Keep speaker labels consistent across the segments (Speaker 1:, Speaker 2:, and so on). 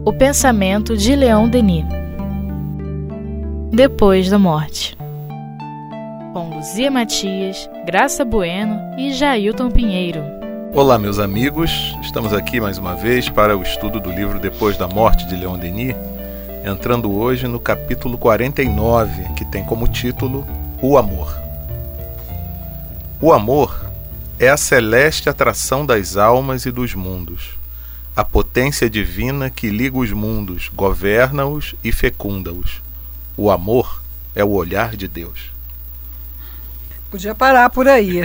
Speaker 1: O pensamento de Leon Denis. Depois da morte. Com Luzia Matias, Graça Bueno e Jailton Pinheiro.
Speaker 2: Olá, meus amigos. Estamos aqui mais uma vez para o estudo do livro Depois da Morte de Leon Denis, entrando hoje no capítulo 49, que tem como título O Amor. O amor é a celeste atração das almas e dos mundos, a potência divina que liga os mundos, governa-os e fecunda-os. O amor é o olhar de Deus.
Speaker 3: Podia parar por aí.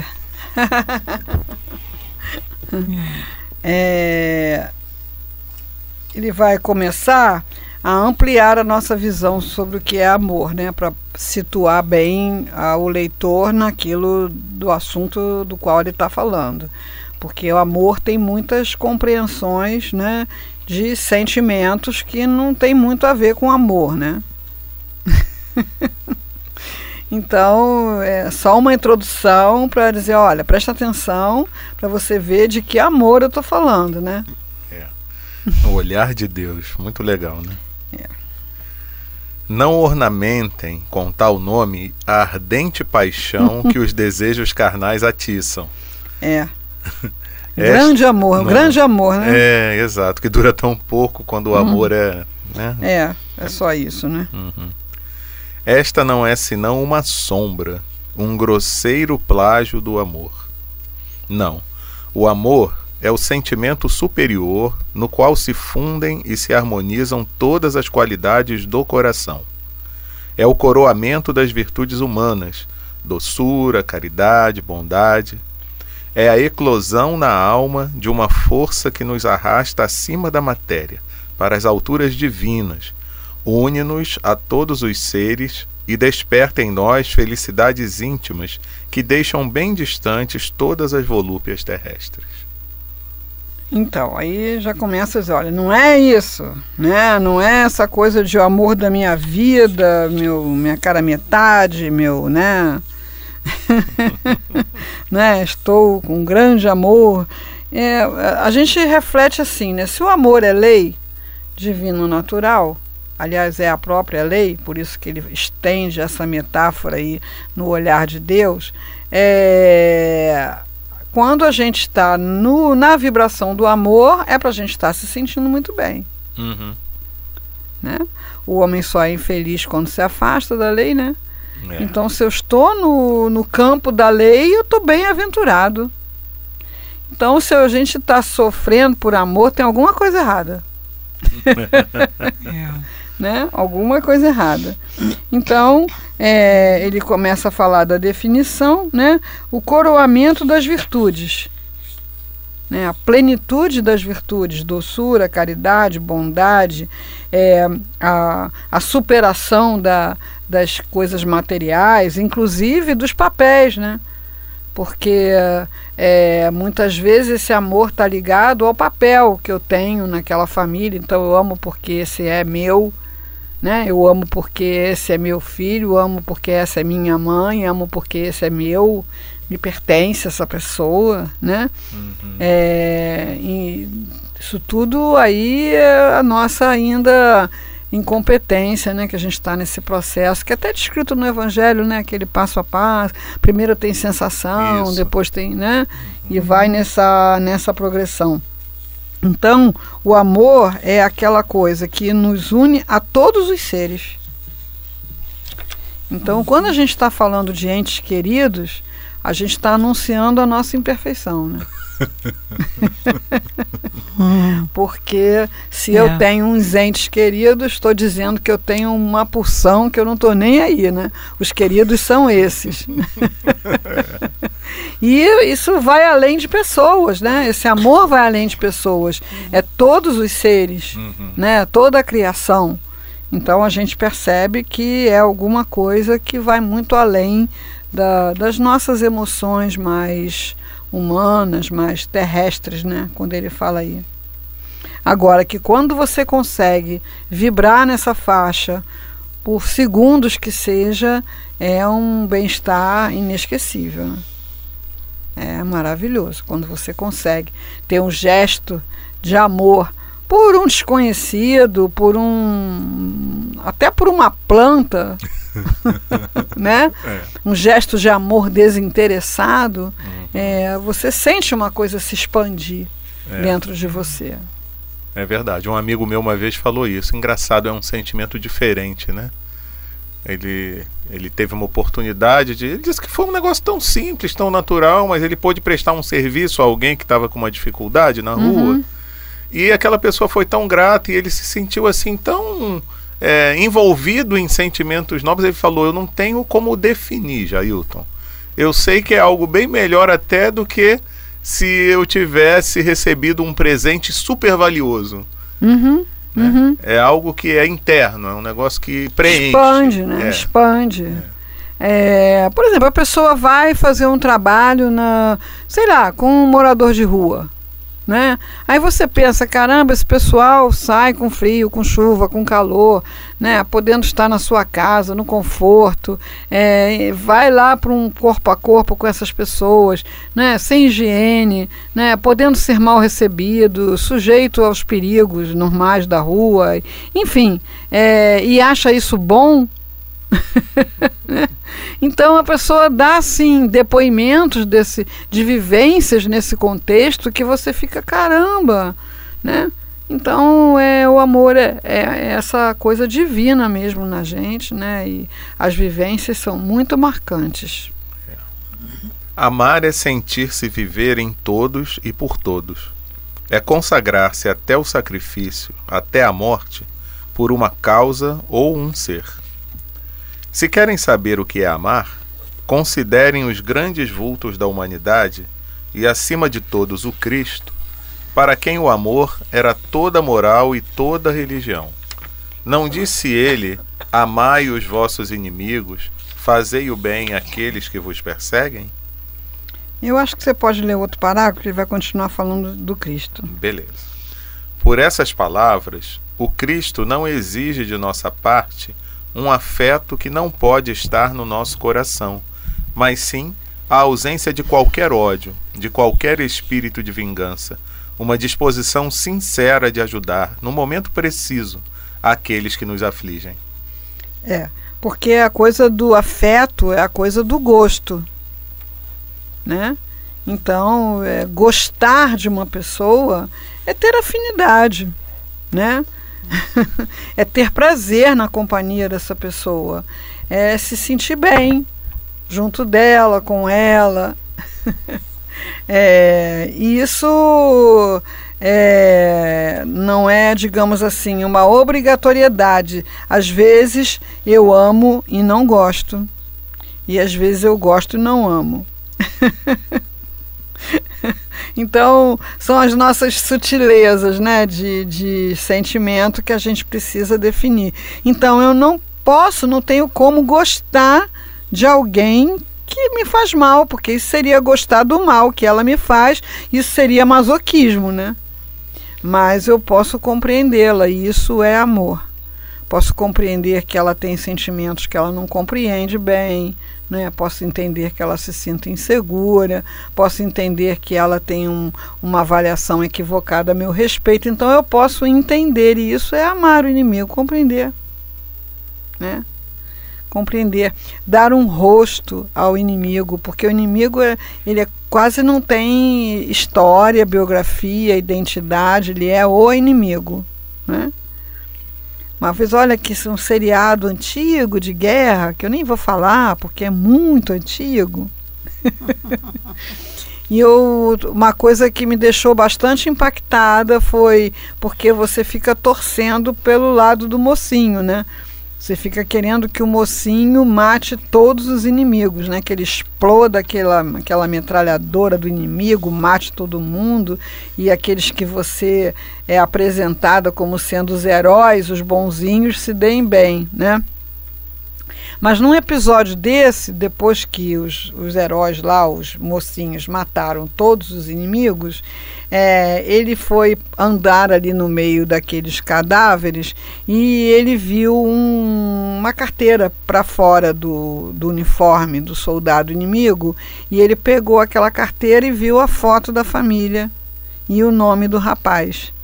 Speaker 3: Ele vai começar a ampliar a nossa visão sobre o que é amor, né, para situar bem o leitor naquilo do assunto do qual ele está falando. Porque o amor tem muitas compreensões, né, de sentimentos que não tem muito a ver com amor, né? Então, é só uma introdução para dizer, olha, presta atenção para você ver de que amor eu estou falando, né?
Speaker 2: O olhar de Deus, muito legal, né? Não ornamentem com tal nome a ardente paixão que os desejos carnais atiçam.
Speaker 3: Grande amor, um grande amor, né?
Speaker 2: Exato, que dura tão pouco quando o amor é... né?
Speaker 3: É só isso, né?
Speaker 2: Esta não é senão uma sombra, um grosseiro plágio do amor. Não, o amor é o sentimento superior no qual se fundem e se harmonizam todas as qualidades do coração. É o coroamento das virtudes humanas, doçura, caridade, bondade. É a eclosão na alma de uma força que nos arrasta acima da matéria, para as alturas divinas, une-nos a todos os seres e desperta em nós felicidades íntimas que deixam bem distantes todas as volúpias terrestres.
Speaker 3: Então, aí já começa a dizer, olha, não é isso, né? Não é essa coisa de o amor da minha vida, minha cara metade, né? Né? Estou com um grande amor. A gente reflete assim, né? Se o amor é lei divino natural, aliás, é a própria lei, por isso que ele estende essa metáfora aí no olhar de Deus, quando a gente está na vibração do amor, é para a gente estar se sentindo muito bem. Né? O homem só é infeliz quando se afasta da lei, né? Então, se eu estou no campo da lei, eu estou bem aventurado. Então, se a gente está sofrendo por amor, tem alguma coisa errada. Né? Alguma coisa errada. Então, ele começa a falar da definição, né? O coroamento das virtudes, né? A plenitude das virtudes, doçura, caridade, bondade, a superação das coisas materiais, inclusive dos papéis, né? Porque muitas vezes esse amor está ligado ao papel que eu tenho naquela família. Então eu amo porque esse é meu, né? Eu amo porque esse é meu filho, eu amo porque essa é minha mãe, amo porque esse é meu, me pertence essa pessoa, né? E isso tudo aí é a nossa ainda incompetência, né, que a gente está nesse processo, que é até descrito no Evangelho, né, aquele passo a passo. Primeiro tem sensação, depois tem, né, e vai nessa progressão. Então, o amor é aquela coisa que nos une a todos os seres. Então, quando a gente está falando de entes queridos, a gente está anunciando a nossa imperfeição, né? Porque se eu tenho uns entes queridos, estou dizendo que eu tenho uma porção que eu não estou nem aí, né? Os queridos são esses. E isso vai além de pessoas, né? Esse amor vai além de pessoas. É todos os seres, né? Toda a criação. Então a gente percebe que é alguma coisa que vai muito além das nossas emoções mais humanas, mais terrestres, né? Quando ele fala aí. Agora, que quando você consegue vibrar nessa faixa, por segundos que seja, é um bem-estar inesquecível, né? É maravilhoso quando você consegue ter um gesto de amor por um desconhecido, até por uma planta, né? Um gesto de amor desinteressado, você sente uma coisa se expandir dentro de você.
Speaker 2: É verdade. Um amigo meu uma vez falou isso. Engraçado, é um sentimento diferente, né? Ele teve uma oportunidade ele disse que foi um negócio tão simples, tão natural, mas ele pôde prestar um serviço a alguém que estava com uma dificuldade na rua, e aquela pessoa foi tão grata e ele se sentiu assim tão envolvido em sentimentos novos. Ele falou: eu não tenho como definir, Jailton. Eu sei que é algo bem melhor até do que se eu tivesse recebido um presente super valioso. É algo que é interno, é um negócio que preenche.
Speaker 3: Expande, né? Expande. Por exemplo, a pessoa vai fazer um trabalho com um morador de rua, né? Aí você pensa: caramba, esse pessoal sai com frio, com chuva, com calor, né? Podendo estar na sua casa, no conforto, vai lá para um corpo a corpo com essas pessoas, né? Sem higiene, né? Podendo ser mal recebido, sujeito aos perigos normais da rua, enfim, e acha isso bom. Então a pessoa dá assim depoimentos de vivências nesse contexto que você fica: caramba, né? Então o amor é essa coisa divina mesmo na gente, né? E as vivências são muito marcantes.
Speaker 2: Amar é sentir-se viver em todos e por todos. É consagrar-se até o sacrifício, até a morte, por uma causa ou um ser. Se querem saber o que é amar, considerem os grandes vultos da humanidade e, acima de todos, o Cristo, para quem o amor era toda moral e toda religião. Não disse ele: amai os vossos inimigos, fazei o bem àqueles que vos perseguem?
Speaker 3: Eu acho que você pode ler outro parágrafo, que ele vai continuar falando do Cristo.
Speaker 2: Beleza. Por essas palavras, o Cristo não exige de nossa parte um afeto que não pode estar no nosso coração, mas sim a ausência de qualquer ódio, de qualquer espírito de vingança, uma disposição sincera de ajudar, no momento preciso, aqueles que nos afligem.
Speaker 3: Porque a coisa do afeto é a coisa do gosto, né? Então, gostar de uma pessoa é ter afinidade, né? É ter prazer na companhia dessa pessoa, é se sentir bem junto dela, com ela. E isso não é, digamos assim, uma obrigatoriedade. Às vezes eu amo e não gosto, e às vezes eu gosto e não amo. Então, são as nossas sutilezas, né, de sentimento que a gente precisa definir. Então, eu não tenho como gostar de alguém que me faz mal, porque isso seria gostar do mal que ela me faz, isso seria masoquismo, né? Mas eu posso compreendê-la, e isso é amor. Posso compreender que ela tem sentimentos que ela não compreende bem, né? Posso entender que ela se sinta insegura, posso entender que ela tem uma avaliação equivocada a meu respeito. Então eu posso entender, e isso é amar o inimigo, compreender, né? Compreender, dar um rosto ao inimigo, porque o inimigo ele quase não tem história, biografia, identidade, ele é o inimigo, né? Uma vez, olha aqui, um seriado antigo de guerra, que eu nem vou falar, porque é muito antigo. E uma coisa que me deixou bastante impactada foi porque você fica torcendo pelo lado do mocinho, né? Você fica querendo que o mocinho mate todos os inimigos, né? Que ele exploda aquela metralhadora do inimigo, mate todo mundo, e aqueles que você é apresentada como sendo os heróis, os bonzinhos, se deem bem, né? Mas num episódio desse, depois que os heróis lá, os mocinhos, mataram todos os inimigos, ele foi andar ali no meio daqueles cadáveres e ele viu uma carteira para fora do uniforme do soldado inimigo, e ele pegou aquela carteira e viu a foto da família e o nome do rapaz.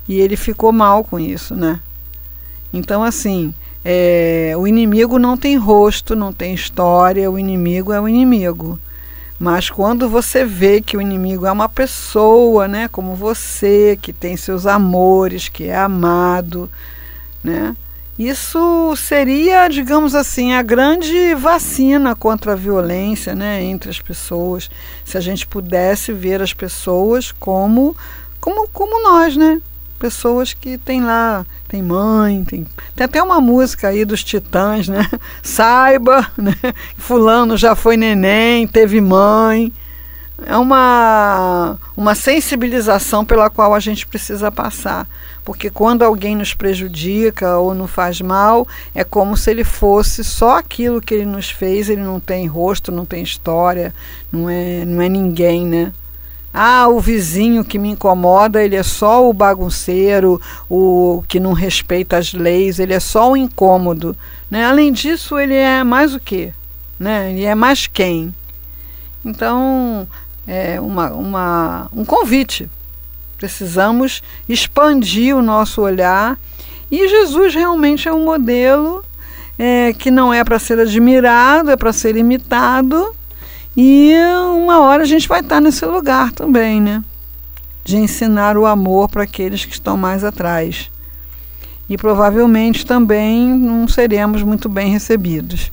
Speaker 3: e ele ficou mal com isso, né? Então, assim, o inimigo não tem rosto, não tem história, o inimigo é o inimigo. Mas quando você vê que o inimigo é uma pessoa, né, como você, que tem seus amores, que é amado, né? Isso seria, digamos assim, a grande vacina contra a violência, né, entre as pessoas, se a gente pudesse ver as pessoas como nós, né? Pessoas que tem lá, tem mãe, tem até uma música aí dos Titãs, né? Saiba, né? Fulano já foi neném, teve mãe. É uma sensibilização pela qual a gente precisa passar. Porque quando alguém nos prejudica ou nos faz mal, é como se ele fosse só aquilo que ele nos fez, ele não tem rosto, não tem história, não é ninguém, né? Ah, o vizinho que me incomoda, ele é só o bagunceiro, o que não respeita as leis, ele é só o incômodo, né? Além disso, ele é mais o quê? Né? Ele é mais quem? Então, é um convite. Precisamos expandir o nosso olhar, e Jesus realmente é um modelo que não é para ser admirado, é para ser imitado. E uma hora a gente vai estar nesse lugar também, né? De ensinar o amor para aqueles que estão mais atrás. E provavelmente também não seremos muito bem recebidos.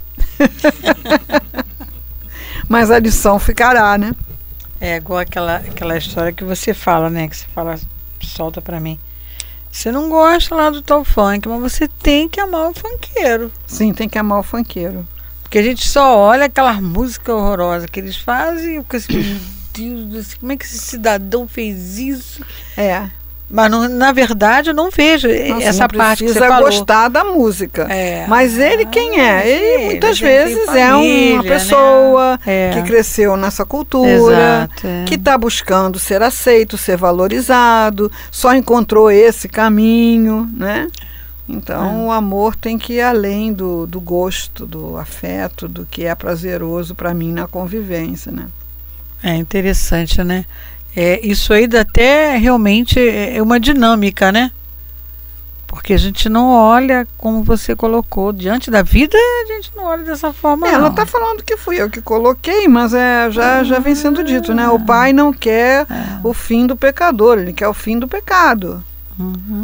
Speaker 3: Mas a lição ficará, né?
Speaker 4: É igual aquela história que você fala, né? Que você fala, solta pra mim. Você não gosta lá do tal funk, mas você tem que amar o funkeiro.
Speaker 3: Sim, tem que amar o funkeiro.
Speaker 4: Porque a gente só olha aquelas músicas horrorosas que eles fazem e fica assim, meu Deus, como é que esse cidadão fez isso? Mas na verdade eu não vejo essa parte que você falou.
Speaker 3: Precisa gostar da música. Mas ele quem é? Ele muitas vezes família, é uma pessoa, né? Que cresceu nessa cultura, que está buscando ser aceito, ser valorizado, só encontrou esse caminho, né? Então, o amor tem que ir além do gosto, do afeto, do que é prazeroso para mim na convivência, né?
Speaker 4: É interessante, né? Isso aí dá até realmente é uma dinâmica, né? Porque a gente não olha, como você colocou, diante da vida, a gente não olha dessa forma, não.
Speaker 3: Ela está falando que fui eu que coloquei, mas já vem sendo dito, né? O Pai não quer o fim do pecador, ele quer o fim do pecado.
Speaker 4: Uhum.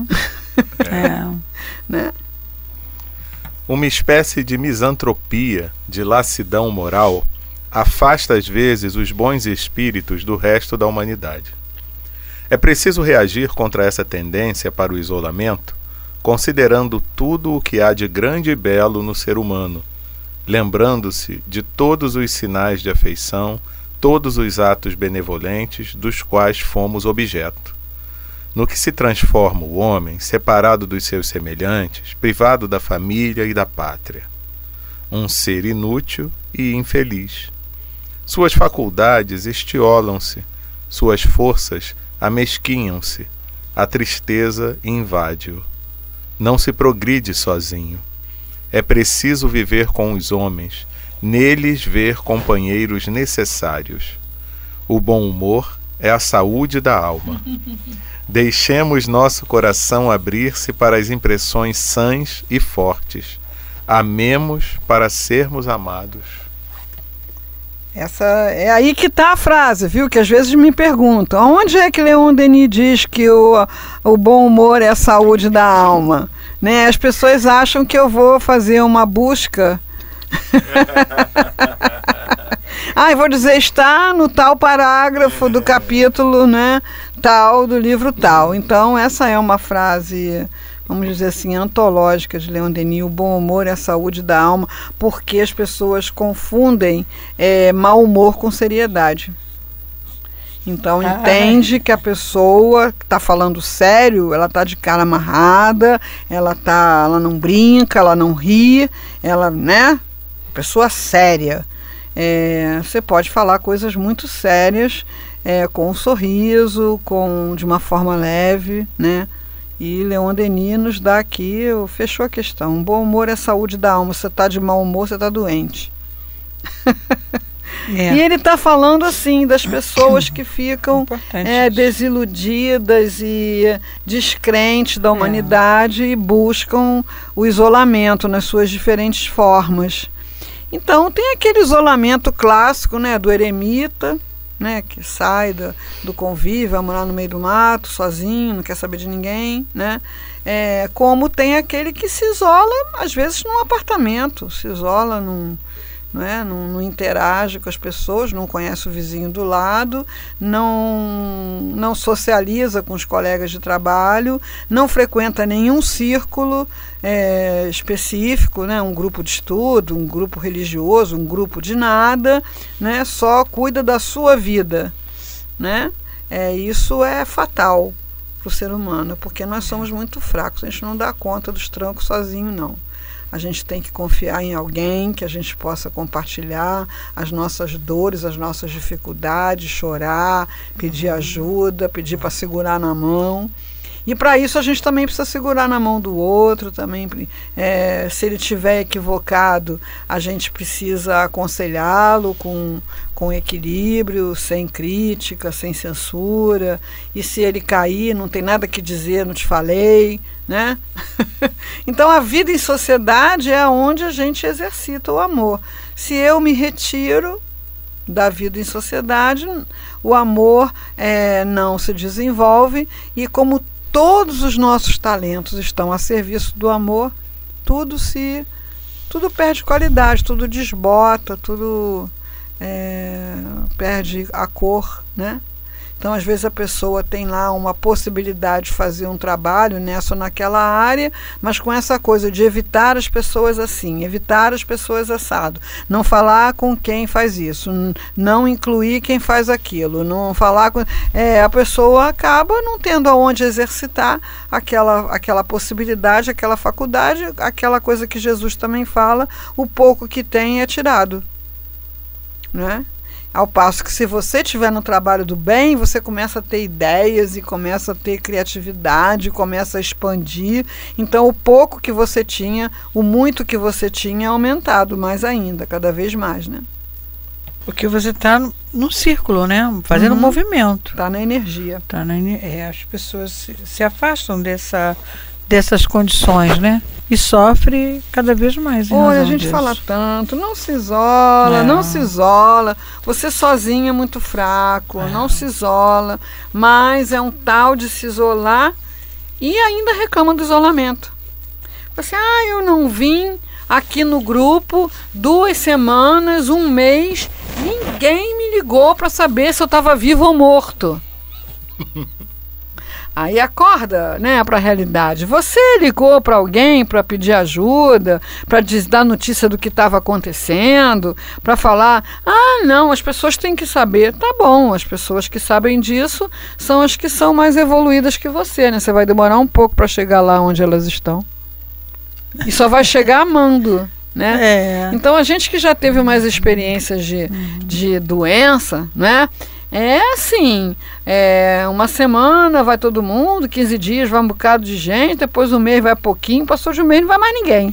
Speaker 3: Né?
Speaker 2: Uma espécie de misantropia, de lassidão moral, afasta às vezes os bons espíritos do resto da humanidade. É preciso reagir contra essa tendência para o isolamento, considerando tudo o que há de grande e belo no ser humano, lembrando-se de todos os sinais de afeição, todos os atos benevolentes dos quais fomos objeto. No que se transforma o homem, separado dos seus semelhantes, privado da família e da pátria. Um ser inútil e infeliz. Suas faculdades estiolam-se, suas forças amesquinham-se, a tristeza invade-o. Não se progride sozinho. É preciso viver com os homens, neles ver companheiros necessários. O bom humor é a saúde da alma. Deixemos nosso coração abrir-se para as impressões sãs e fortes. Amemos para sermos amados.
Speaker 3: Essa é aí que está a frase, viu? Que às vezes me perguntam, onde é que Leon Denis diz que o bom humor é a saúde da alma? Né? As pessoas acham que eu vou fazer uma busca. Eu vou dizer, está no tal parágrafo do capítulo, né, tal, do livro tal. Então, essa é uma frase, vamos dizer assim, antológica de Leon Denis, o bom humor é a saúde da alma, porque as pessoas confundem mau humor com seriedade. Então, entende que a pessoa que está falando sério, ela está de cara amarrada, ela não brinca, ela não ri, ela, né, pessoa séria. Você pode falar coisas muito sérias, com um sorriso, de uma forma leve, né? E Leon Denis nos dá aqui, fechou a questão. Bom humor é saúde da alma. Você está de mau humor, você está doente. E ele está falando assim das pessoas que ficam desiludidas e descrentes da humanidade e buscam o isolamento nas suas diferentes formas. Então tem aquele isolamento clássico, né, do eremita, né, que sai do convívio, vai morar no meio do mato, sozinho, não quer saber de ninguém, né? Como tem aquele que se isola, às vezes, num apartamento, se isola, não interage com as pessoas, não conhece o vizinho do lado, não socializa com os colegas de trabalho, não frequenta nenhum círculo específico, né, um grupo de estudo, um grupo religioso, um grupo de nada, né, só cuida da sua vida, né? Isso é fatal para o ser humano, porque nós somos muito fracos, a gente não dá conta dos trancos sozinho, não. A gente tem que confiar em alguém que a gente possa compartilhar as nossas dores, as nossas dificuldades, chorar, pedir ajuda, pedir para segurar na mão. E para isso a gente também precisa segurar na mão do outro, também, se ele estiver equivocado, a gente precisa aconselhá-lo com equilíbrio, sem crítica, sem censura. E se ele cair, não tem nada que dizer, não te falei, né? Então a vida em sociedade é onde a gente exercita o amor. Se eu me retiro da vida em sociedade, o amor não se desenvolve, e como todos os nossos talentos estão a serviço do amor, tudo perde qualidade, tudo desbota, tudo perde a cor, né? Então, às vezes a pessoa tem lá uma possibilidade de fazer um trabalho nessa ou naquela área, mas com essa coisa de evitar as pessoas assim, evitar as pessoas assado, não falar com quem faz isso, não incluir quem faz aquilo, não falar com... a pessoa acaba não tendo aonde exercitar aquela possibilidade, aquela faculdade, aquela coisa que Jesus também fala, o pouco que tem é tirado, né? Ao passo que, se você estiver no trabalho do bem, você começa a ter ideias e começa a ter criatividade, começa a expandir. Então, o pouco que você tinha, o muito que você tinha é aumentado mais ainda, cada vez mais, né?
Speaker 4: Porque você está no círculo, né? Fazendo movimento.
Speaker 3: Está na energia.
Speaker 4: As pessoas se afastam dessas condições, né? E sofre cada vez mais.
Speaker 3: Olha, a gente fala tanto, não se isola, não se isola, você sozinho é muito fraco, não se isola, mas é um tal de se isolar e ainda reclama do isolamento. Você, eu não vim aqui no grupo 2 semanas, 1 mês, ninguém me ligou para saber se eu estava vivo ou morto. Aí acorda, né, para a realidade. Você ligou para alguém para pedir ajuda, para dar notícia do que estava acontecendo, para falar, não, as pessoas têm que saber. Tá bom, as pessoas que sabem disso são as que são mais evoluídas que você, né? Você vai demorar um pouco para chegar lá onde elas estão. E só vai chegar amando, né? Então a gente que já teve mais experiências de doença, né? Assim, 1 semana vai todo mundo, 15 dias vai um bocado de gente, depois 1 mês vai pouquinho, passou de 1 mês não vai mais ninguém.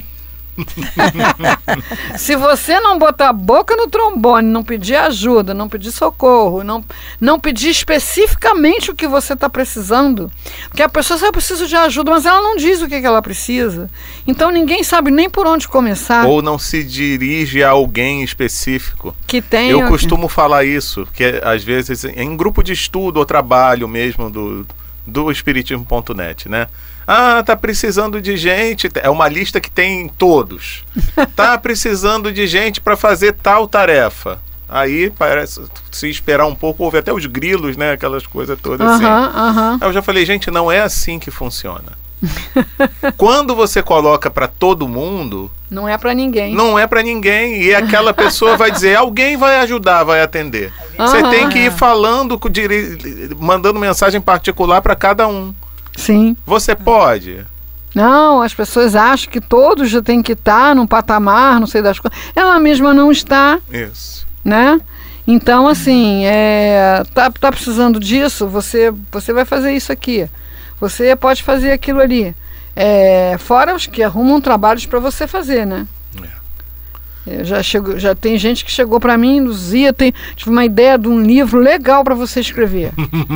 Speaker 3: Se você não botar a boca no trombone, não pedir ajuda, não pedir socorro, não pedir especificamente o que você está precisando, porque a pessoa sabe, eu preciso de ajuda, mas ela não diz o que ela precisa, então ninguém sabe nem por onde começar.
Speaker 2: Ou não se dirige a alguém específico.
Speaker 3: Que tem.
Speaker 2: Eu costumo falar isso, que às vezes em grupo de estudo ou trabalho mesmo do espiritismo.net, né? Tá precisando de gente, é uma lista que tem todos. Tá precisando de gente para fazer tal tarefa. Aí parece, se esperar um pouco, houve até os grilos, né? Aquelas coisas todas assim. Aí eu já falei, gente, não é assim que funciona. Quando você coloca para todo mundo,
Speaker 3: não é para ninguém.
Speaker 2: Não é para ninguém. E aquela pessoa vai dizer, alguém vai ajudar, vai atender. Você tem que ir falando, mandando mensagem particular para cada um.
Speaker 3: Sim.
Speaker 2: Você pode?
Speaker 3: Não, as pessoas acham que todos já têm que estar num patamar, não sei das coisas. Ela mesma não está.
Speaker 2: Isso.
Speaker 3: Né? Então, assim, tá precisando disso, você vai fazer isso aqui. Você pode fazer aquilo ali. Fora os que arrumam trabalhos para você fazer, né? Já tem gente que chegou para mim, Luzia, tive uma ideia de um livro legal para você escrever.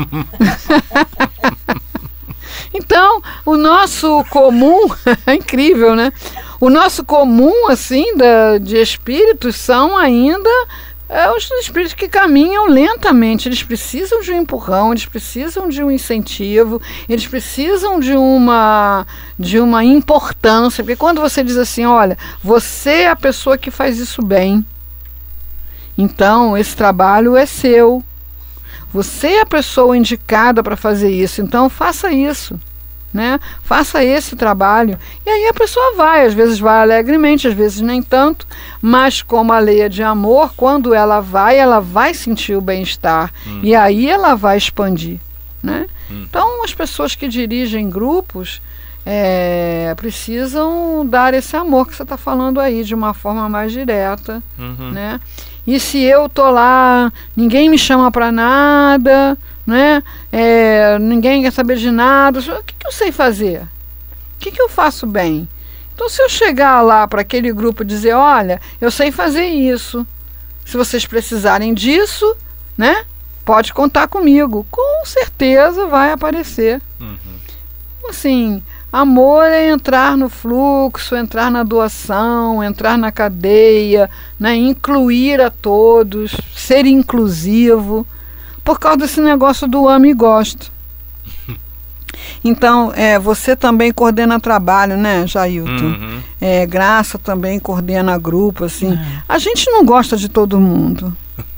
Speaker 3: Então, o nosso comum, é incrível, né? O nosso comum, assim, de espíritos são ainda os espíritos que caminham lentamente. Eles precisam de um empurrão, eles precisam de um incentivo, eles precisam de uma importância. Porque quando você diz assim, olha, você é a pessoa que faz isso bem, então esse trabalho é seu. Você é a pessoa indicada para fazer isso, então faça isso, né? Faça esse trabalho. E aí a pessoa vai, às vezes vai alegremente, às vezes nem tanto, mas como a lei é de amor, quando ela vai sentir o bem-estar, e aí ela vai expandir, né? Então as pessoas que dirigem grupos precisam dar esse amor que você está falando aí, de uma forma mais direta, né? E se eu tô lá, ninguém me chama para nada, né? Ninguém quer saber de nada, o que eu sei fazer? O que eu faço bem? Então, se eu chegar lá para aquele grupo e dizer, olha, eu sei fazer isso, se vocês precisarem disso, né? Pode contar comigo, com certeza vai aparecer. Assim, amor é entrar no fluxo, entrar na doação, entrar na cadeia, né? Incluir a todos, ser inclusivo, por causa desse negócio do ame e gosto. Então, você também coordena trabalho, né, Jailton? Graça também coordena grupo, assim. A gente não gosta de todo mundo.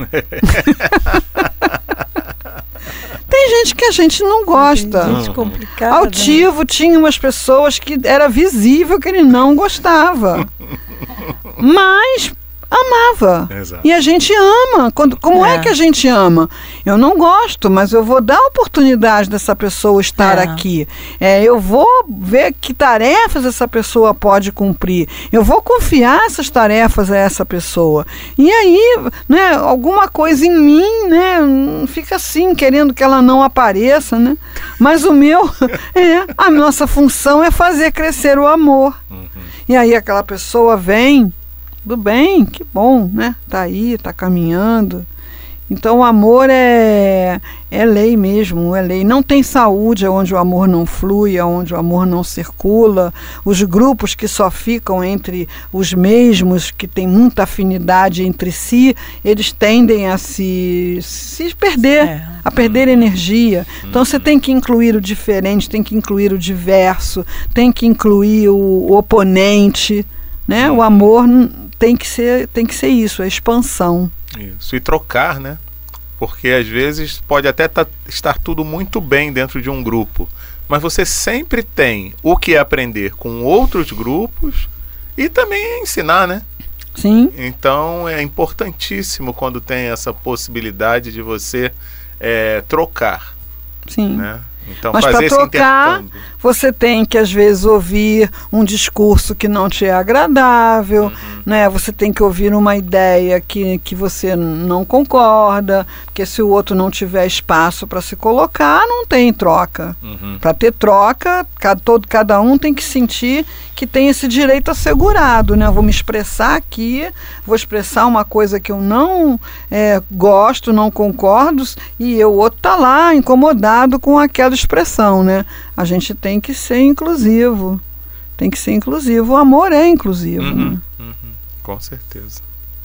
Speaker 3: Tem gente que a gente não gosta.
Speaker 4: Tem gente complicada.
Speaker 3: Altivo tinha umas pessoas que era visível que ele não gostava. Mas amava.
Speaker 2: Exato.
Speaker 3: E a gente ama. Como é que a gente ama? Eu não gosto, mas eu vou dar a oportunidade dessa pessoa estar aqui. Eu vou ver que tarefas essa pessoa pode cumprir. Eu vou confiar essas tarefas a essa pessoa. E aí, né, alguma coisa em mim, né, fica assim, querendo que ela não apareça, né? Mas a nossa função é fazer crescer o amor. E aí aquela pessoa vem, tudo bem, que bom, né? Tá aí, tá caminhando. Então o amor é lei mesmo, é lei. Não tem saúde onde o amor não flui, onde o amor não circula. Os grupos que só ficam entre os mesmos, que têm muita afinidade entre si, eles tendem a se perder, a perder energia. Então você tem que incluir o diferente, tem que incluir o diverso, tem que incluir o oponente, né? O amor tem que ser isso, a expansão.
Speaker 2: Isso, e trocar, né? Porque às vezes pode até estar tudo muito bem dentro de um grupo, mas você sempre tem o que aprender com outros grupos e também ensinar, né?
Speaker 3: Sim.
Speaker 2: Então é importantíssimo quando tem essa possibilidade de você trocar.
Speaker 3: Sim.
Speaker 2: Né? Então,
Speaker 3: mas para trocar, você tem que às vezes ouvir um discurso que não te é agradável, né? Você tem que ouvir uma ideia que você não concorda, porque se o outro não tiver espaço para se colocar, não tem troca. Para ter troca, cada um tem que sentir que tem esse direito assegurado, né? Eu vou me expressar aqui, vou expressar uma coisa que eu não gosto, não concordo, e o outro está lá incomodado com aquela expressão, né? A gente tem que ser inclusivo. Tem que ser inclusivo. O amor é inclusivo. Né?
Speaker 2: Com certeza.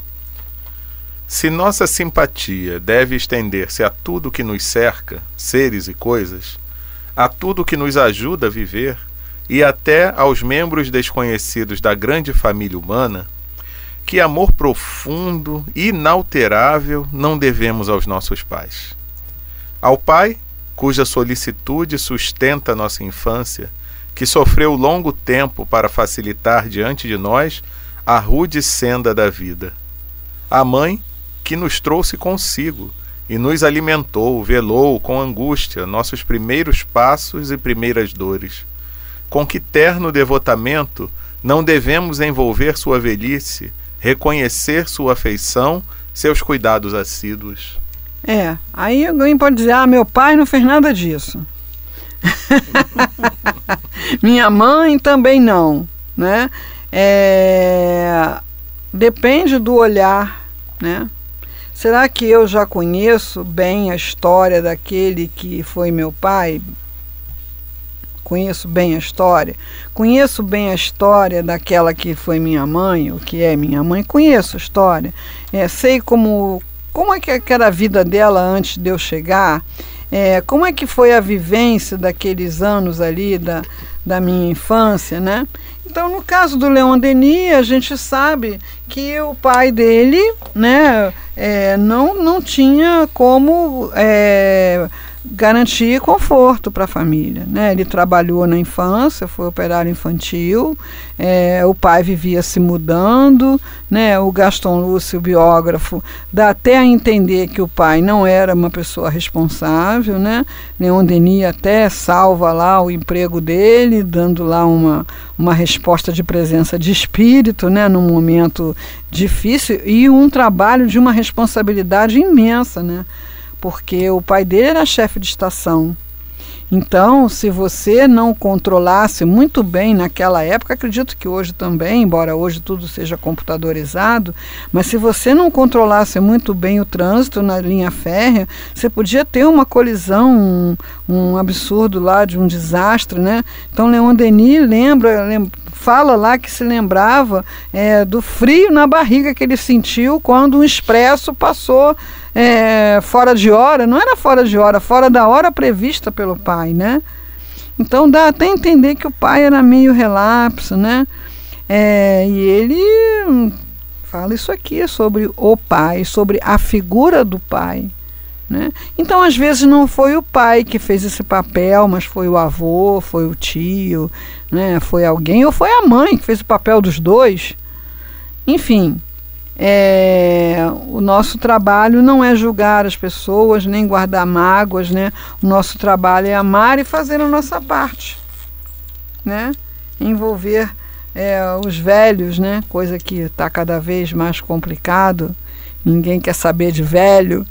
Speaker 2: Se nossa simpatia deve estender-se a tudo que nos cerca, seres e coisas, a tudo que nos ajuda a viver e até aos membros desconhecidos da grande família humana, que amor profundo, inalterável, não devemos aos nossos pais. Ao pai, cuja solicitude sustenta nossa infância, que sofreu longo tempo para facilitar diante de nós a rude senda da vida. A mãe, que nos trouxe consigo e nos alimentou, velou com angústia nossos primeiros passos e primeiras dores. Com que terno devotamento não devemos envolver sua velhice, reconhecer sua afeição, seus cuidados assíduos.
Speaker 3: Aí alguém pode dizer, meu pai não fez nada disso. Minha mãe também não, né? depende do olhar, né? Será que eu já conheço bem a história daquele que foi meu pai? Conheço bem a história? Conheço bem a história daquela que foi minha mãe, o que é minha mãe? Conheço a história. Sei como é que era a vida dela antes de eu chegar. Como é que foi a vivência daqueles anos ali da minha infância, né? Então, no caso do Leon Denis, a gente sabe que o pai dele, né, não tinha como garantir conforto para a família, né? Ele trabalhou na infância, foi operário infantil, o pai vivia se mudando, né? O Gaston Lúcio, o biógrafo, dá até a entender que o pai não era uma pessoa responsável, né? Leon Denis até salva lá o emprego dele, dando lá uma resposta de presença de espírito, né? Num momento difícil e um trabalho de uma responsabilidade imensa, né? Porque o pai dele era chefe de estação. Então, se você não controlasse muito bem naquela época, acredito que hoje também, embora hoje tudo seja computadorizado, mas se você não controlasse muito bem o trânsito na linha férrea, você podia ter uma colisão, um absurdo lá de um desastre, né? Então, Leon Denis fala lá que se lembrava do frio na barriga que ele sentiu quando um expresso passou fora de hora, não era fora de hora, fora da hora prevista pelo pai, né? Então dá até entender que o pai era meio relapso, né? E ele fala isso aqui sobre o pai, sobre a figura do pai, né? Então às vezes não foi o pai que fez esse papel, mas foi o avô, foi o tio, né? Foi alguém, ou foi a mãe que fez o papel dos dois. Enfim, o nosso trabalho não é julgar as pessoas, nem guardar mágoas, né? O nosso trabalho é amar e fazer a nossa parte, né? Envolver os velhos, né? Coisa que está cada vez mais complicado. Ninguém quer saber de velho.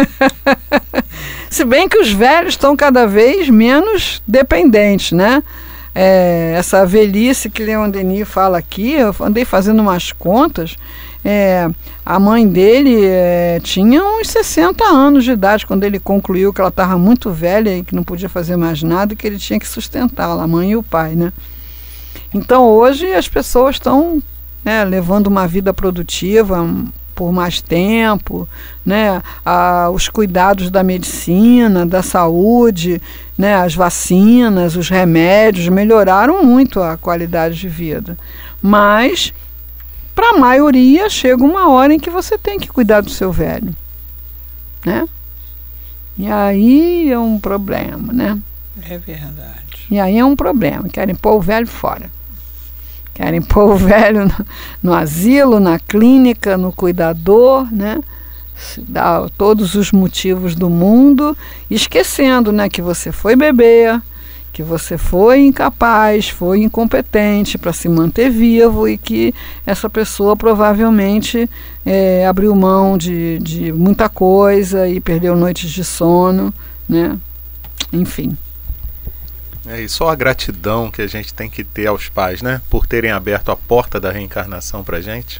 Speaker 3: Se bem que os velhos estão cada vez menos dependentes, né? Essa velhice que Leon Denis fala aqui, eu andei fazendo umas contas. A mãe dele tinha uns 60 anos de idade quando ele concluiu que ela estava muito velha e que não podia fazer mais nada e que ele tinha que sustentá-la, a mãe e o pai, né? Então hoje as pessoas estão levando uma vida produtiva por mais tempo, né? Os cuidados da medicina, da saúde, né? As vacinas, os remédios melhoraram muito a qualidade de vida, mas para a maioria chega uma hora em que você tem que cuidar do seu velho, né? E aí é um problema, né?
Speaker 4: É verdade.
Speaker 3: E aí é um problema, querem pôr o velho fora. Querem pôr o velho no asilo, na clínica, no cuidador, né? Dá todos os motivos do mundo, esquecendo, né, que você foi bebê, que você foi incapaz, foi incompetente para se manter vivo e que essa pessoa provavelmente abriu mão de muita coisa e perdeu noites de sono, né? Enfim.
Speaker 2: E só a gratidão que a gente tem que ter aos pais, né? Por terem aberto a porta da reencarnação pra gente.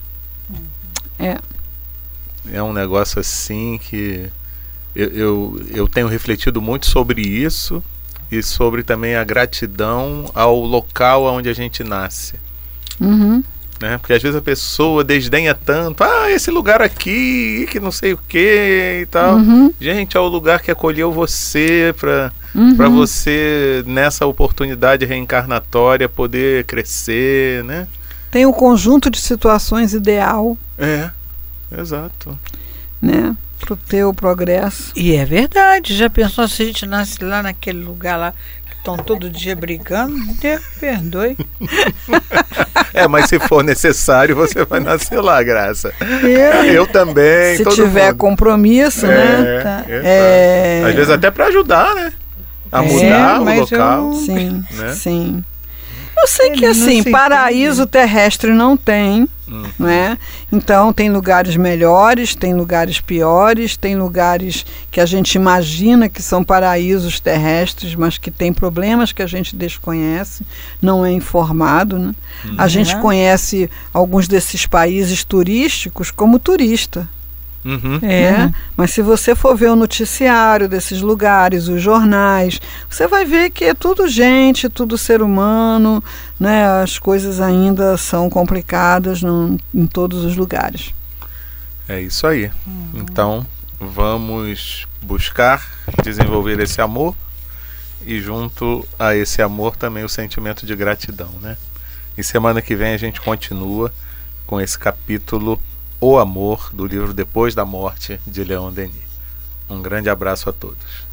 Speaker 2: É um negócio assim que eu tenho refletido muito sobre isso e sobre também a gratidão ao local onde a gente nasce.
Speaker 3: Uhum.
Speaker 2: Né? Porque às vezes a pessoa desdenha tanto, esse lugar aqui, que não sei o que e tal.
Speaker 3: Uhum.
Speaker 2: Gente, é o lugar que acolheu você para você, nessa oportunidade reencarnatória, poder crescer, né?
Speaker 3: Tem um conjunto de situações ideal.
Speaker 2: Exato.
Speaker 3: Né? Para o teu progresso.
Speaker 4: E é verdade, já pensou se a gente nasce lá naquele lugar lá que estão todo dia brigando? Deus perdoe.
Speaker 2: Mas se for necessário, você vai nascer lá, Graça. Eu também.
Speaker 3: Se tiver
Speaker 2: mundo.
Speaker 3: Compromisso, né?
Speaker 2: Às vezes até para ajudar, né? A mudar o local.
Speaker 3: Sim,
Speaker 2: né?
Speaker 3: sim. Eu sei que assim, paraíso terrestre não tem, não é? Então tem lugares melhores, tem lugares piores, tem lugares que a gente imagina que são paraísos terrestres, mas que tem problemas que a gente desconhece, não é informado, né? A gente conhece alguns desses países turísticos como turista. Né? Mas se você for ver o noticiário desses lugares, os jornais, você vai ver que é tudo gente, tudo ser humano, né? As coisas ainda são complicadas em todos os lugares.
Speaker 2: É isso aí. Então vamos buscar desenvolver esse amor e junto a esse amor também o sentimento de gratidão, né? E semana que vem a gente continua com esse capítulo O Amor, do livro Depois da Morte, de Leon Denis. Um grande abraço a todos.